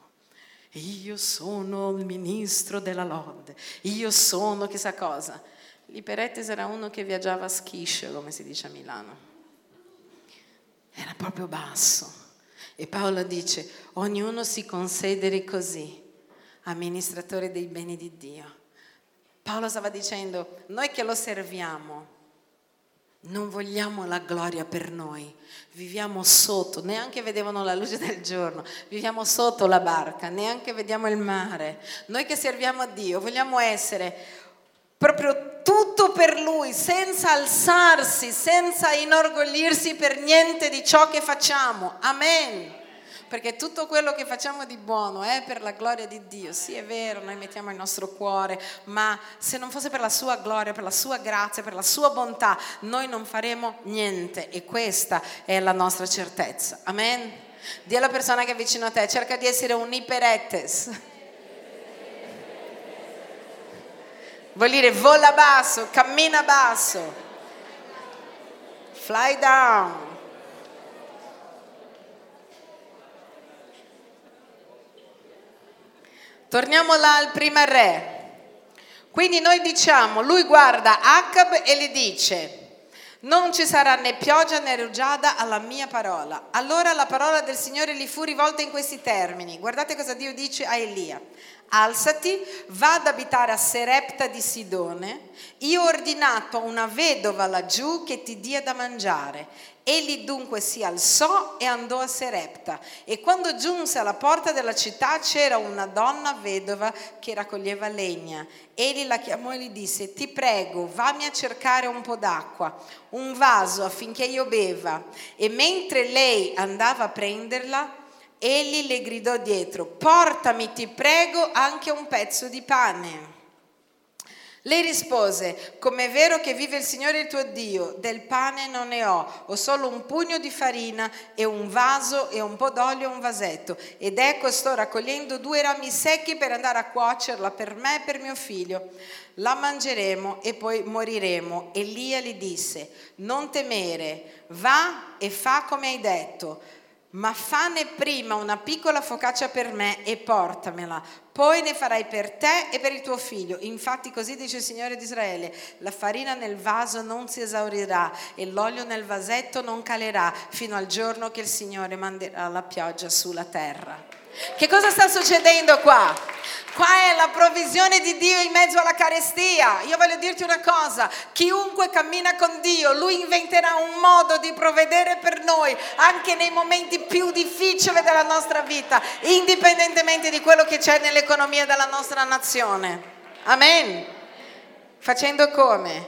io sono il ministro della lode, io sono chissà cosa. L'iperetes era uno che viaggiava a schiscio, come si dice a Milano. Era proprio basso. E Paolo dice, ognuno si consideri così, amministratore dei beni di Dio. Paolo stava dicendo, noi che lo serviamo, non vogliamo la gloria per noi, viviamo sotto, neanche vedevano la luce del giorno, viviamo sotto la barca, neanche vediamo il mare. Noi che serviamo a Dio vogliamo essere proprio tutto per Lui, senza alzarsi, senza inorgoglirsi per niente di ciò che facciamo. Amen. Perché tutto quello che facciamo di buono è per la gloria di Dio. Sì, è vero, noi mettiamo il nostro cuore, ma se non fosse per la sua gloria, per la sua grazia, per la sua bontà, noi non faremo niente, e questa è la nostra certezza. Amen. Dì alla persona che è vicino a te, cerca di essere un iperetes. Vuol dire vola basso, cammina basso, fly down. Torniamo là al primo re. Quindi noi diciamo, lui guarda Acab e gli dice, Non ci sarà né pioggia né rugiada alla mia parola. Allora la parola del Signore gli fu rivolta in questi termini. Guardate cosa Dio dice a Elia. Alzati, va ad abitare a Serepta di Sidone. Io ho ordinato a una vedova laggiù che ti dia da mangiare. Egli dunque si alzò e andò a Serepta. E quando giunse alla porta della città c'era una donna vedova che raccoglieva legna. Egli la chiamò e gli disse: ti prego, vammi a cercare un po' d'acqua, un vaso affinché io beva. E mentre lei andava a prenderla, egli le gridò dietro: portami, ti prego, anche un pezzo di pane. Lei rispose: come è vero che vive il Signore il tuo Dio, del pane non ne ho, ho solo un pugno di farina e un vaso e un po' d'olio e un vasetto. Ed ecco, sto raccogliendo due rami secchi per andare a cuocerla per me e per mio figlio. La mangeremo e poi moriremo. Elia gli disse: non temere, va e fa come hai detto, ma fanne prima una piccola focaccia per me e portamela, poi ne farai per te e per il tuo figlio. Infatti così dice il Signore di Israele: la farina nel vaso non si esaurirà e l'olio nel vasetto non calerà fino al giorno che il Signore manderà la pioggia sulla terra. Che cosa sta succedendo qua? Qua è la provvisione di Dio in mezzo alla carestia. Io voglio dirti una cosa: chiunque cammina con Dio, Lui inventerà un modo di provvedere per noi anche nei momenti più difficili della nostra vita, indipendentemente di quello che c'è nell'economia della nostra nazione. Amen. Facendo come?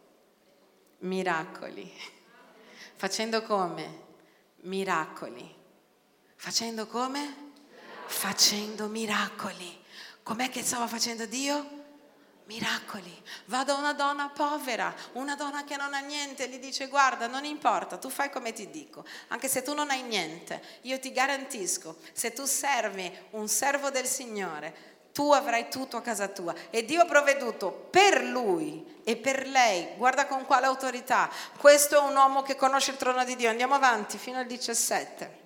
Miracoli. Facendo come? Miracoli. Facendo come? Facendo miracoli. Com'è che stava facendo Dio? Miracoli. Va da una donna povera, una donna che non ha niente, gli dice: guarda, non importa, tu fai come ti dico, anche se tu non hai niente, io ti garantisco, se tu servi un servo del Signore, tu avrai tutto a casa tua. E Dio ha provveduto per lui e per lei. Guarda con quale autorità. Questo è un uomo che conosce il trono di Dio. Andiamo avanti fino al diciassette.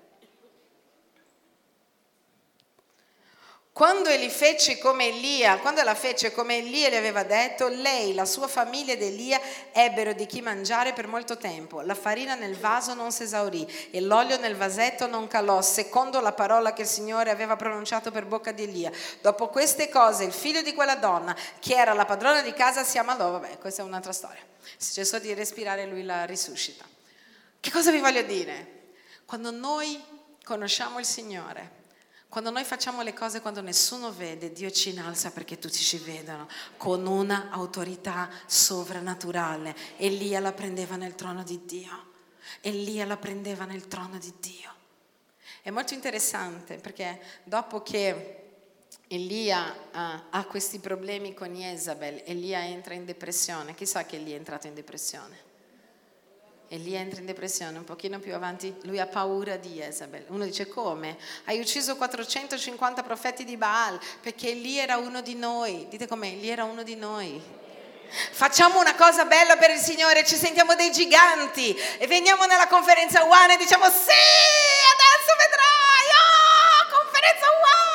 Quando egli fece come Elia, quando la fece come Elia le aveva detto, lei, la sua famiglia ed Elia ebbero di chi mangiare per molto tempo. La farina nel vaso non si esaurì e l'olio nel vasetto non calò, secondo la parola che il Signore aveva pronunciato per bocca di Elia. Dopo queste cose il figlio di quella donna, che era la padrona di casa, si ammalò. Vabbè, questa è un'altra storia. Si cessò di respirare e lui la risuscita. Che cosa vi voglio dire? Quando noi conosciamo il Signore, quando noi facciamo le cose quando nessuno vede, Dio ci innalza perché tutti ci vedono, con una autorità sovrannaturale. Elia la prendeva nel trono di Dio. Elia la prendeva nel trono di Dio. È molto interessante perché dopo che Elia uh, ha questi problemi con Jezabel, Elia entra in depressione. Chissà che Elia è entrato in depressione. Elia entra in depressione, un pochino più avanti lui ha paura di Jezabel. Uno dice: come? Hai ucciso quattrocentocinquanta profeti di Baal? Perché Elia era uno di noi. Dite com'è? Elia era uno di noi. Facciamo una cosa bella per il Signore, ci sentiamo dei giganti e veniamo nella conferenza One e diciamo: sì, adesso vedrai, oh, conferenza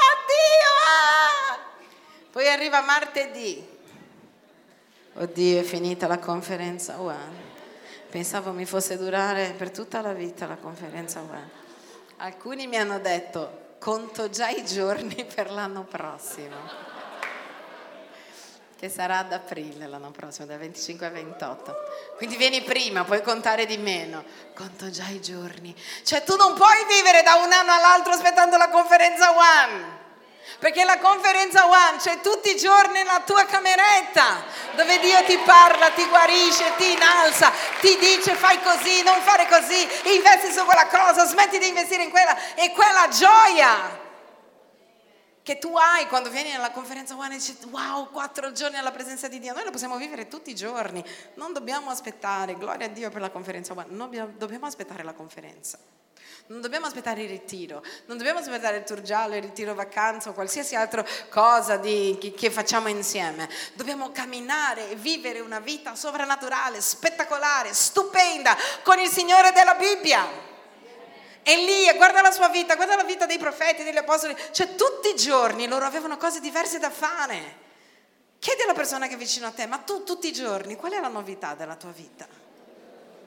One, Dio, ah! Poi arriva martedì, oddio, è finita la conferenza One. Pensavo mi fosse durare per tutta la vita la conferenza One. Alcuni mi hanno detto: conto già i giorni per l'anno prossimo, che sarà ad aprile l'anno prossimo, dal venticinque al ventotto. Quindi vieni prima, puoi contare di meno. Conto già i giorni. Cioè tu non puoi vivere da un anno all'altro aspettando la conferenza One. Perché la conferenza One c'è tutti i giorni nella tua cameretta, dove Dio ti parla, ti guarisce, ti innalza, ti dice: fai così, non fare così, investi su quella cosa, smetti di investire in quella. E quella gioia che tu hai quando vieni nella conferenza One e dici: wow, quattro giorni alla presenza di Dio. Noi lo possiamo vivere tutti i giorni, non dobbiamo aspettare. Gloria a Dio per la conferenza One. Non dobbiamo aspettare la conferenza. Non dobbiamo aspettare il ritiro, non dobbiamo aspettare il tour giallo, il ritiro vacanza o qualsiasi altra cosa di, che, che facciamo insieme. Dobbiamo camminare e vivere una vita sovrannaturale, spettacolare, stupenda con il Signore della Bibbia. Elia, guarda la sua vita, guarda la vita dei profeti, degli apostoli. Cioè tutti i giorni loro avevano cose diverse da fare. Chiedi alla persona che è vicino a te: ma tu tutti i giorni qual è la novità della tua vita?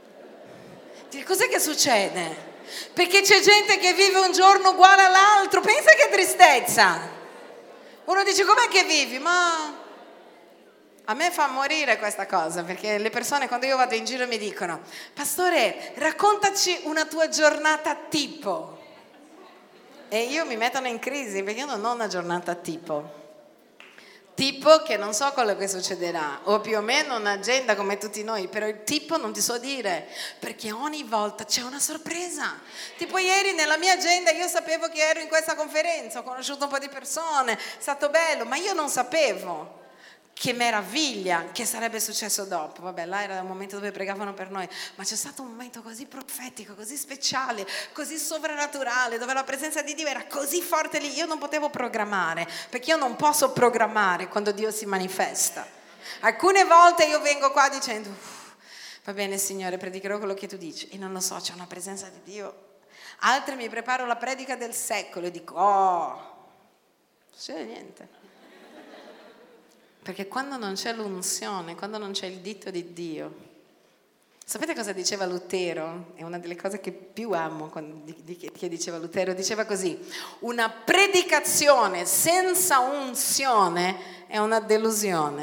Dire, cos'è che succede? Perché c'è gente che vive un giorno uguale all'altro, pensa che tristezza. Uno dice, com'è che vivi? Ma a me fa morire questa cosa, perché le persone quando io vado in giro mi dicono, pastore, raccontaci una tua giornata tipo. E io mi mettono in crisi perché io non ho una giornata tipo. Tipo che non so quello che succederà, o più o meno un'agenda come tutti noi, però il tipo non ti so dire, perché ogni volta c'è una sorpresa. Tipo ieri nella mia agenda io sapevo che ero in questa conferenza, ho conosciuto un po' di persone, è stato bello, ma io non sapevo che meraviglia che sarebbe successo dopo. Vabbè, là era un momento dove pregavano per noi, ma c'è stato un momento così profetico, così speciale, così sovrannaturale, dove la presenza di Dio era così forte lì. Io non potevo programmare, perché io non posso programmare quando Dio si manifesta. Alcune volte io vengo qua dicendo, va bene Signore, predicherò quello che tu dici, e non lo so, c'è una presenza di Dio. Altre mi preparo la predica del secolo e dico, oh, non c'è niente. Perché quando non c'è l'unzione, quando non c'è il dito di Dio, sapete cosa diceva Lutero? È una delle cose che più amo quando, di, di, che diceva Lutero. Diceva così, una predicazione senza unzione è una delusione.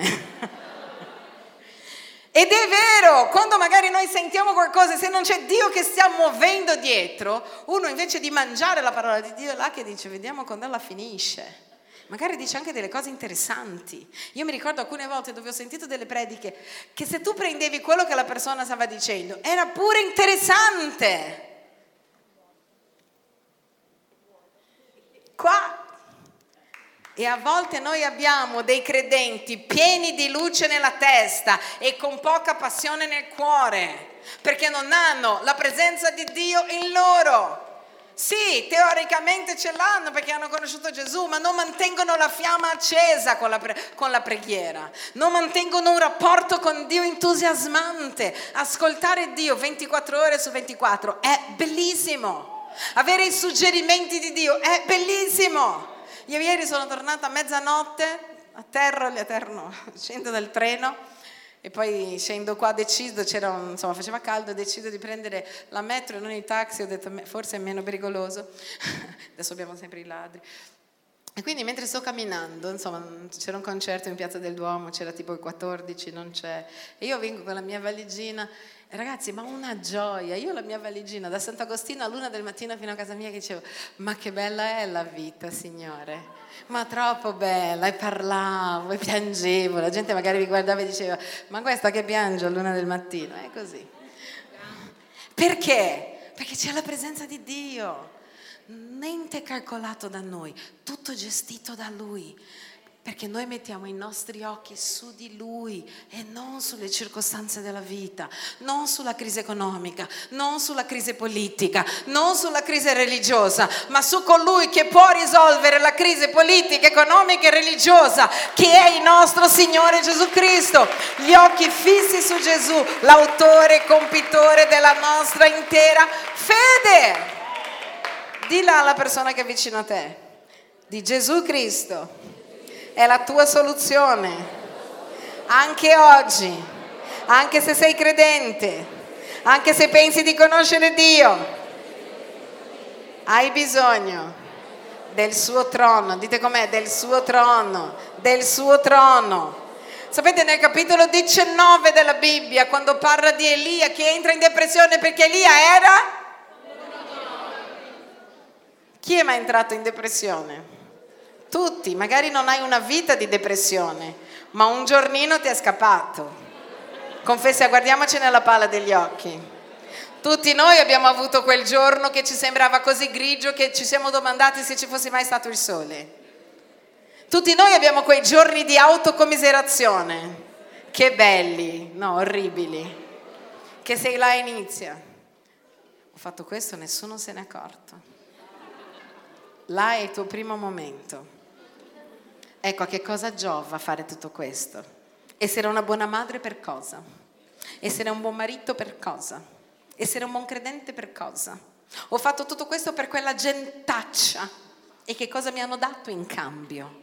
Ed è vero, quando magari noi sentiamo qualcosa, se non c'è Dio che stia muovendo dietro, uno invece di mangiare la parola di Dio è là che dice, vediamo quando la finisce. Magari dice anche delle cose interessanti. Io mi ricordo alcune volte dove ho sentito delle prediche che se tu prendevi quello che la persona stava dicendo era pure interessante. Qua. E a volte noi abbiamo dei credenti pieni di luce nella testa e con poca passione nel cuore, perché non hanno la presenza di Dio in loro. Sì, teoricamente ce l'hanno perché hanno conosciuto Gesù, ma non mantengono la fiamma accesa con la, pre- con la preghiera, non mantengono un rapporto con Dio entusiasmante. Ascoltare Dio ventiquattro ore su ventiquattro è bellissimo, avere i suggerimenti di Dio è bellissimo. Io ieri sono tornata a mezzanotte, atterro, atterro scendo dal treno, e poi scendo qua, decido, c'era un, insomma faceva caldo, decido di prendere la metro e non il taxi, ho detto forse è meno pericoloso, adesso abbiamo sempre i ladri. E quindi mentre sto camminando, insomma c'era un concerto in Piazza del Duomo, c'era tipo il quattordici, non c'è, e io vengo con la mia valigina, e ragazzi, ma una gioia, io la mia valigina da Sant'Agostino all'una del mattino fino a casa mia che dicevo, ma che bella è la vita, Signore, ma troppo bella, e parlavo e piangevo, la gente magari mi guardava e diceva, ma questa che piange all'una del mattino, è così. Perché? Perché c'è la presenza di Dio, niente calcolato da noi, tutto gestito da Lui. Perché noi mettiamo i nostri occhi su di Lui e non sulle circostanze della vita, non sulla crisi economica, non sulla crisi politica, non sulla crisi religiosa, ma su colui che può risolvere la crisi politica, economica e religiosa, che è il nostro Signore Gesù Cristo. Gli occhi fissi su Gesù, l'autore e compitore della nostra intera fede. Dilla alla persona che è vicino a te, di Gesù Cristo. È la tua soluzione, anche oggi, anche se sei credente, anche se pensi di conoscere Dio, hai bisogno del suo trono, dite com'è, del suo trono, del suo trono. Sapete, nel capitolo diciannove della Bibbia, quando parla di Elia che entra in depressione perché Elia era? Chi è mai entrato in depressione? Tutti, magari non hai una vita di depressione, ma un giornino ti è scappato. Confessa, guardiamoci nella palla degli occhi. Tutti noi abbiamo avuto quel giorno che ci sembrava così grigio che ci siamo domandati se ci fosse mai stato il sole. Tutti noi abbiamo quei giorni di autocommiserazione. Che belli, no, orribili. Che sei là e inizia. Ho fatto questo, nessuno se n'è accorto. Là è il tuo primo momento. Ecco, a che cosa giova fare tutto questo? Essere una buona madre per cosa? Essere un buon marito per cosa? Essere un buon credente per cosa? Ho fatto tutto questo per quella gentaccia e che cosa mi hanno dato in cambio?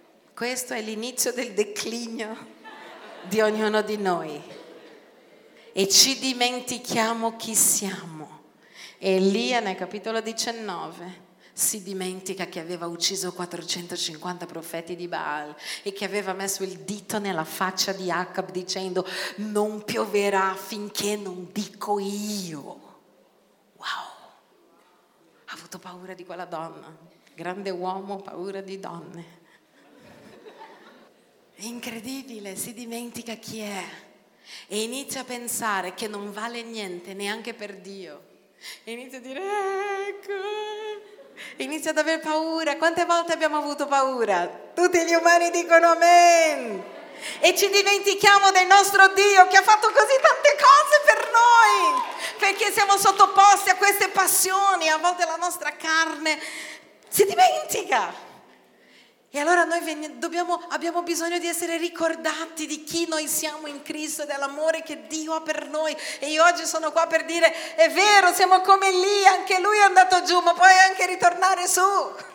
Questo è l'inizio del declino di ognuno di noi. e ci dimentichiamo chi siamo. E Elia nel capitolo diciannove si dimentica che aveva ucciso quattrocentocinquanta profeti di Baal e che aveva messo il dito nella faccia di Acab dicendo non pioverà finché non dico io. Wow, ha avuto paura di quella donna, grande uomo, paura di donne. È incredibile, si dimentica chi è e inizia a pensare che non vale niente neanche per Dio e inizia a dire ecco. Inizia ad aver paura. Quante volte abbiamo avuto paura? Tutti gli umani dicono amen. E ci dimentichiamo del nostro Dio che ha fatto così tante cose per noi, perché siamo sottoposti a queste passioni. A volte la nostra carne si dimentica. E allora noi veniamo, dobbiamo, abbiamo bisogno di essere ricordati di chi noi siamo in Cristo, dell'amore che Dio ha per noi. E io oggi sono qua per dire, è vero, siamo come lì, anche lui è andato giù, ma puoi anche ritornare su.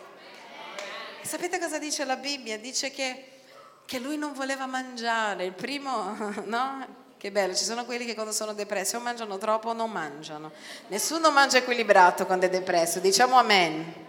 E sapete cosa dice la Bibbia? Dice che, che lui non voleva mangiare. Il primo, no? Che bello, ci sono quelli che quando sono depressi o mangiano troppo o non mangiano. Nessuno mangia equilibrato quando è depresso, diciamo amen.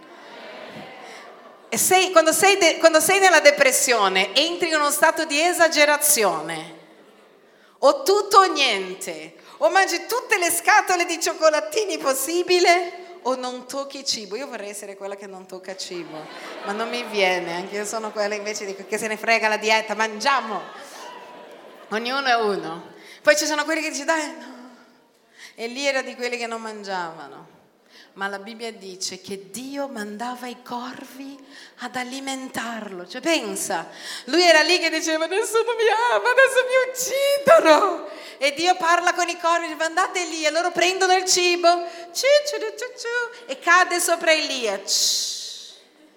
E sei, quando, sei de, quando sei nella depressione entri in uno stato di esagerazione, o tutto o niente, o mangi tutte le scatole di cioccolatini possibile o non tocchi cibo. Io vorrei essere quella che non tocca cibo, ma non mi viene, anche io sono quella invece di, che se ne frega la dieta, mangiamo, ognuno è uno. Poi ci sono quelli che dicono dai no, e lì era di quelli che non mangiavano. Ma la Bibbia dice che Dio mandava i corvi ad alimentarlo. Cioè pensa, lui era lì che diceva nessuno mi ama, adesso mi uccidono. E Dio parla con i corvi, dice andate lì, e loro prendono il cibo ciu, ciu, ciu, ciu, e cade sopra Elia. Ciu.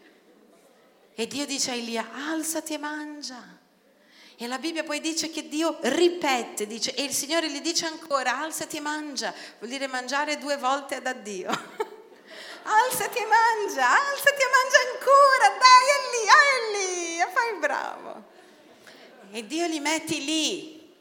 E Dio dice a Elia alzati e mangia. E la Bibbia poi dice che Dio ripete, dice, e il Signore gli dice ancora alzati e mangia, vuol dire mangiare due volte da Dio. Alzati e mangia, alzati e mangia ancora, dai, è lì, è lì, e fai il bravo. E Dio li metti lì,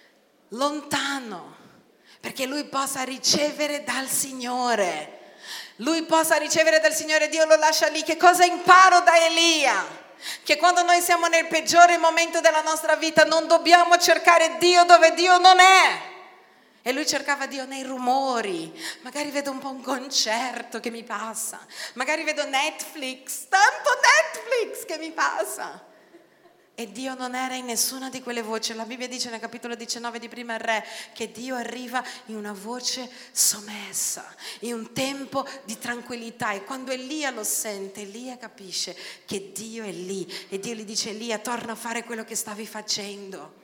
lontano, perché lui possa ricevere dal Signore. Lui possa ricevere dal Signore, Dio lo lascia lì. Che cosa imparo da Elia? Che quando noi siamo nel peggiore momento della nostra vita non dobbiamo cercare Dio dove Dio non è. E lui cercava Dio nei rumori. Magari vedo un po' un concerto che mi passa, magari vedo Netflix, tanto Netflix che mi passa. E Dio non era in nessuna di quelle voci. La Bibbia dice nel capitolo diciannove di Prima Re che Dio arriva in una voce sommersa, in un tempo di tranquillità. E quando Elia lo sente, Elia capisce che Dio è lì. E Dio gli dice Elia torna a fare quello che stavi facendo.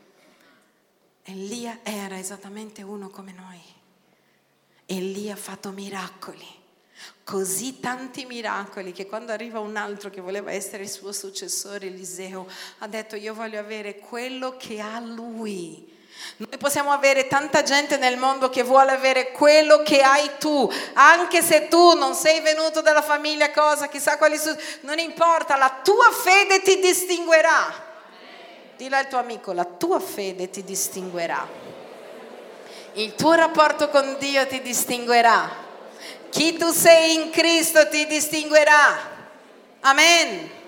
Elia era esattamente uno come noi. Elia ha fatto miracoli. Così tanti miracoli che quando arriva un altro che voleva essere il suo successore, Eliseo, ha detto io voglio avere quello che ha lui. Noi possiamo avere tanta gente nel mondo che vuole avere quello che hai tu, anche se tu non sei venuto dalla famiglia cosa, chissà quali sono, non importa, la tua fede ti distinguerà. Dillo al tuo amico, la tua fede ti distinguerà. Il tuo rapporto con Dio ti distinguerà. Chi tu sei in Cristo ti distinguerà. Amen.